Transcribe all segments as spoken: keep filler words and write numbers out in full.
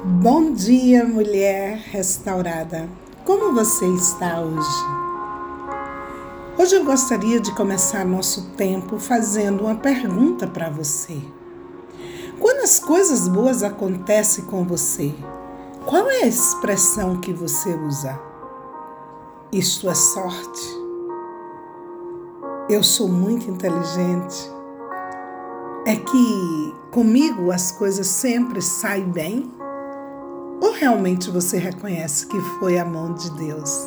Bom dia, mulher restaurada. Como você está hoje? Hoje eu gostaria de começar nosso tempo fazendo uma pergunta para você. Quando as coisas boas acontecem com você, qual é a expressão que você usa? Isto é sorte? Eu sou muito inteligente? É que comigo as coisas sempre saem bem? Ou realmente você reconhece que foi a mão de Deus?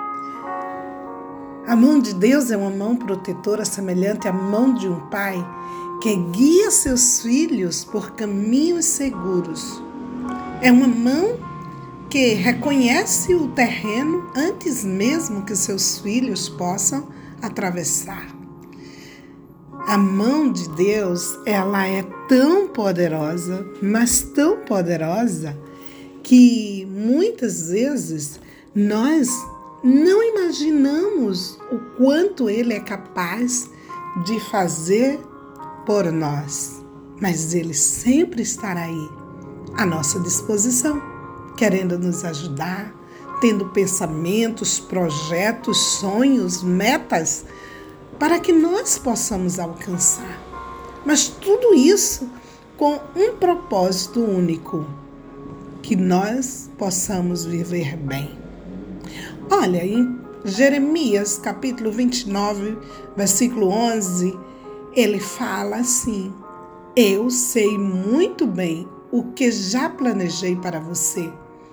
A mão de Deus é uma mão protetora semelhante à mão de um pai que guia seus filhos por caminhos seguros. É uma mão que reconhece o terreno antes mesmo que seus filhos possam atravessar. A mão de Deus, ela é tão poderosa, mas tão poderosa, que muitas vezes nós não imaginamos o quanto Ele é capaz de fazer por nós. Mas Ele sempre estará aí, à nossa disposição, querendo nos ajudar, tendo pensamentos, projetos, sonhos, metas, para que nós possamos alcançar. Mas tudo isso com um propósito único: que nós possamos viver bem. Olha, em Jeremias, capítulo vinte e nove, versículo onze, ele fala assim: eu sei muito bem o que já planejei para você.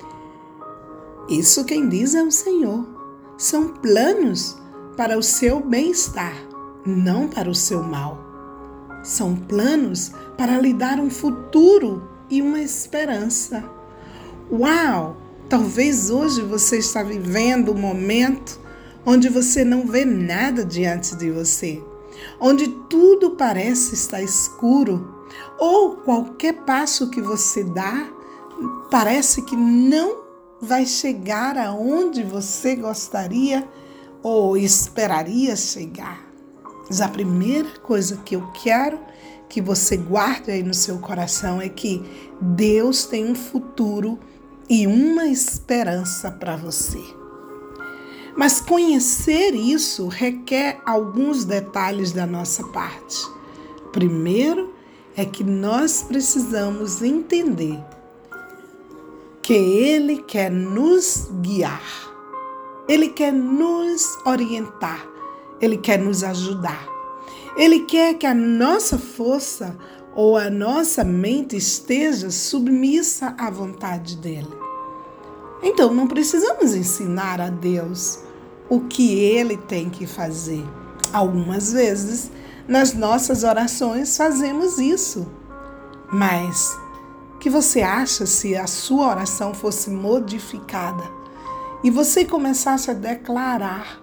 Isso quem diz é o Senhor. São planos para o seu bem-estar, não para o seu mal. São planos para lhe dar um futuro e uma esperança. Uau! Talvez hoje você está vivendo um momento onde você não vê nada diante de você, onde tudo parece estar escuro, ou qualquer passo que você dá parece que não vai chegar aonde você gostaria ou esperaria chegar. Mas a primeira coisa que eu quero que você guarde aí no seu coração é que Deus tem um futuro e uma esperança para você. Mas conhecer isso requer alguns detalhes da nossa parte. Primeiro é que nós precisamos entender que Ele quer nos guiar, Ele quer nos orientar, Ele quer nos ajudar. Ele quer que a nossa força ou a nossa mente esteja submissa à vontade dele. Então, não precisamos ensinar a Deus o que Ele tem que fazer. Algumas vezes, nas nossas orações, fazemos isso. Mas, o que você acha se a sua oração fosse modificada e você começasse a declarar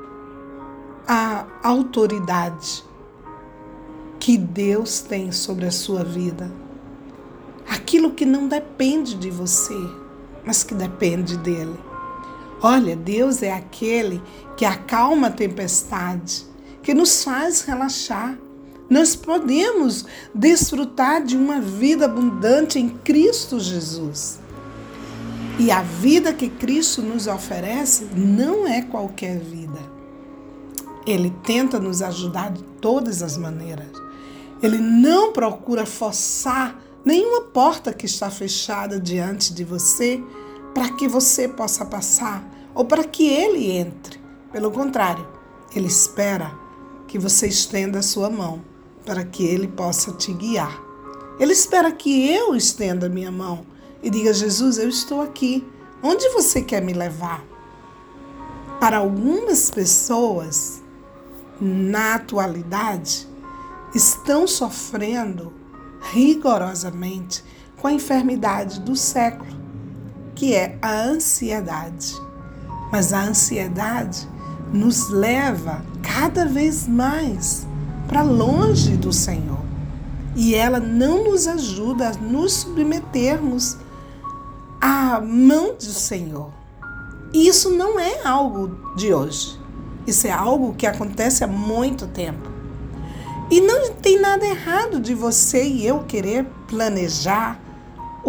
a autoridade que Deus tem sobre a sua vida? Aquilo que não depende de você, mas que depende dele. Olha, Deus é aquele que acalma a tempestade, que nos faz relaxar. Nós podemos desfrutar de uma vida abundante em Cristo Jesus. E a vida que Cristo nos oferece não é qualquer vida. Ele tenta nos ajudar de todas as maneiras. Ele não procura forçar nenhuma porta que está fechada diante de você para que você possa passar ou para que ele entre. Pelo contrário, ele espera que você estenda a sua mão para que ele possa te guiar. Ele espera que eu estenda a minha mão e diga: Jesus, eu estou aqui. Onde você quer me levar? Para algumas pessoas, na atualidade, estão sofrendo rigorosamente com a enfermidade do século, que é a ansiedade. Mas a ansiedade nos leva cada vez mais para longe do Senhor. E ela não nos ajuda a nos submetermos à mão do Senhor. E isso não é algo de hoje. Isso é algo que acontece há muito tempo. E não tem nada errado de você e eu querer planejar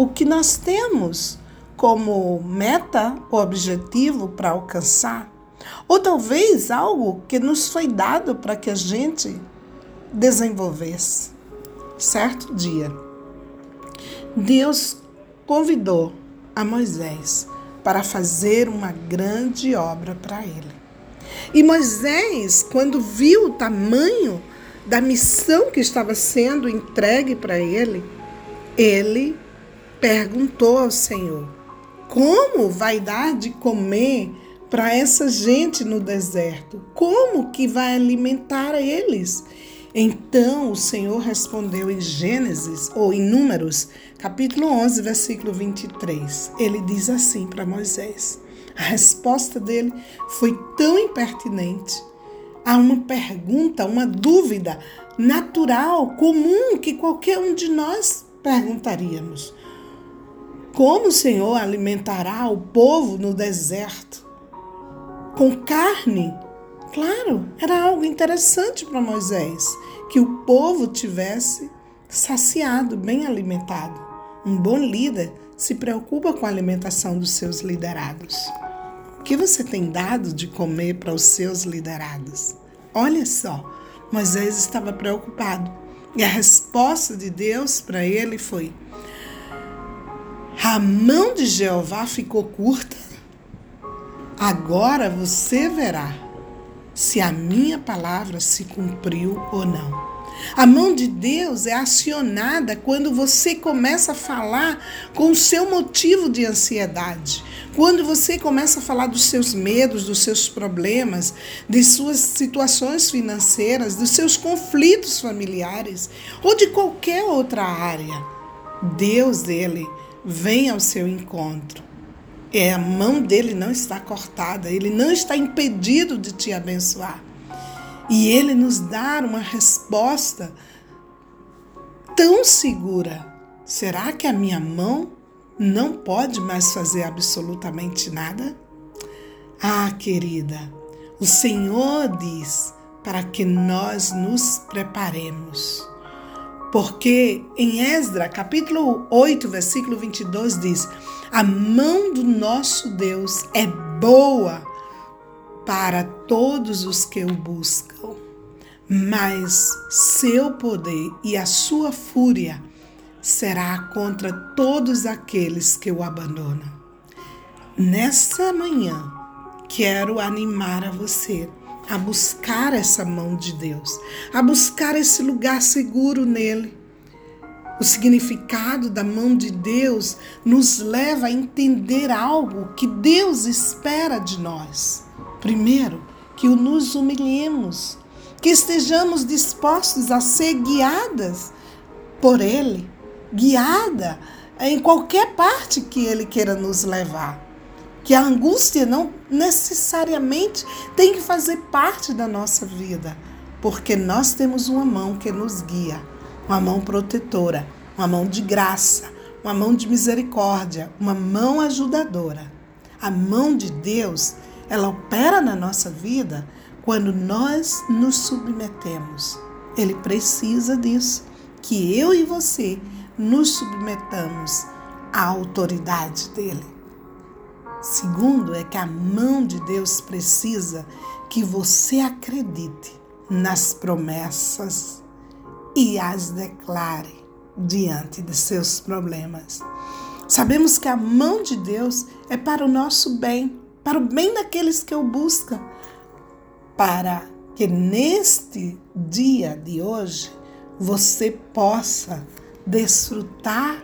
o que nós temos como meta ou objetivo para alcançar. Ou talvez algo que nos foi dado para que a gente desenvolvesse. Certo dia, Deus convidou a Moisés para fazer uma grande obra para ele. E Moisés, quando viu o tamanho da missão que estava sendo entregue para ele, ele perguntou ao Senhor: como vai dar de comer para essa gente no deserto? Como que vai alimentar eles? Então o Senhor respondeu em Gênesis, ou em Números, capítulo onze, versículo vinte e três. Ele diz assim para Moisés. A resposta dele foi tão impertinente a uma pergunta, uma dúvida natural, comum, que qualquer um de nós perguntaríamos. Como o Senhor alimentará o povo no deserto? Com carne? Claro, era algo interessante para Moisés, que o povo tivesse saciado, bem alimentado. Um bom líder se preocupa com a alimentação dos seus liderados. O que você tem dado de comer para os seus liderados? Olha só, Moisés estava preocupado. E a resposta de Deus para ele foi: a mão de Jeová ficou curta. Agora você verá se a minha palavra se cumpriu ou não. A mão de Deus é acionada quando você começa a falar com o seu motivo de ansiedade. Quando você começa a falar dos seus medos, dos seus problemas, de suas situações financeiras, dos seus conflitos familiares ou de qualquer outra área. Deus, ele vem ao seu encontro. É, a mão dele não está cortada, ele não está impedido de te abençoar. E ele nos dá uma resposta tão segura. Será que a minha mão não pode mais fazer absolutamente nada? Ah, querida, o Senhor diz para que nós nos preparemos. Porque em Esdras, capítulo oito, versículo vinte e dois diz: a mão do nosso Deus é boa para todos os que o buscam, mas seu poder e a sua fúria será contra todos aqueles que o abandonam. Nessa manhã, quero animar a você a buscar essa mão de Deus, a buscar esse lugar seguro nele. O significado da mão de Deus nos leva a entender algo que Deus espera de nós. Primeiro, que nos humilhemos, que estejamos dispostos a ser guiadas por Ele, guiada em qualquer parte que Ele queira nos levar. Que a angústia não necessariamente tem que fazer parte da nossa vida, porque nós temos uma mão que nos guia, uma mão protetora, uma mão de graça, uma mão de misericórdia, uma mão ajudadora. A mão de Deus, ela opera na nossa vida quando nós nos submetemos. Ele precisa disso, que eu e você nos submetamos à autoridade dele. Segundo, é que a mão de Deus precisa que você acredite nas promessas e as declare diante de seus problemas. Sabemos que a mão de Deus é para o nosso bem, para o bem daqueles que o buscam, para que neste dia de hoje você possa desfrutar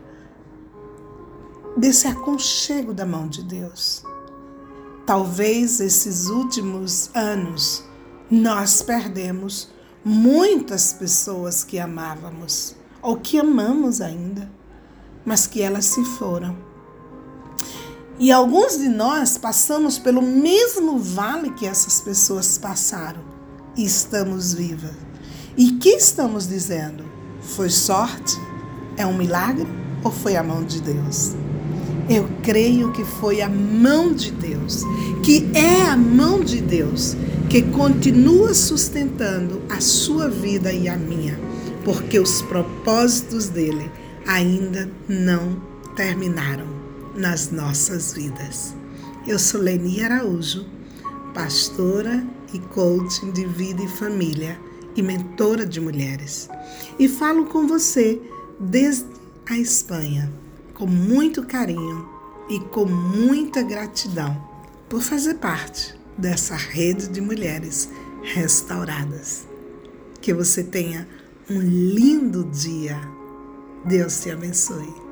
desse aconchego da mão de Deus. Talvez esses últimos anos nós perdemos muitas pessoas que amávamos, ou que amamos ainda, mas que elas se foram. E alguns de nós passamos pelo mesmo vale que essas pessoas passaram e estamos vivas. E o que estamos dizendo? Foi sorte? É um milagre? Ou foi a mão de Deus? Eu creio que foi a mão de Deus, que é a mão de Deus, que continua sustentando a sua vida e a minha, porque os propósitos dele ainda não terminaram nas nossas vidas. Eu sou Leni Araújo, pastora e coaching de vida e família e mentora de mulheres. E falo com você desde a Espanha, com muito carinho e com muita gratidão por fazer parte dessa rede de mulheres restauradas. Que você tenha um lindo dia. Deus te abençoe.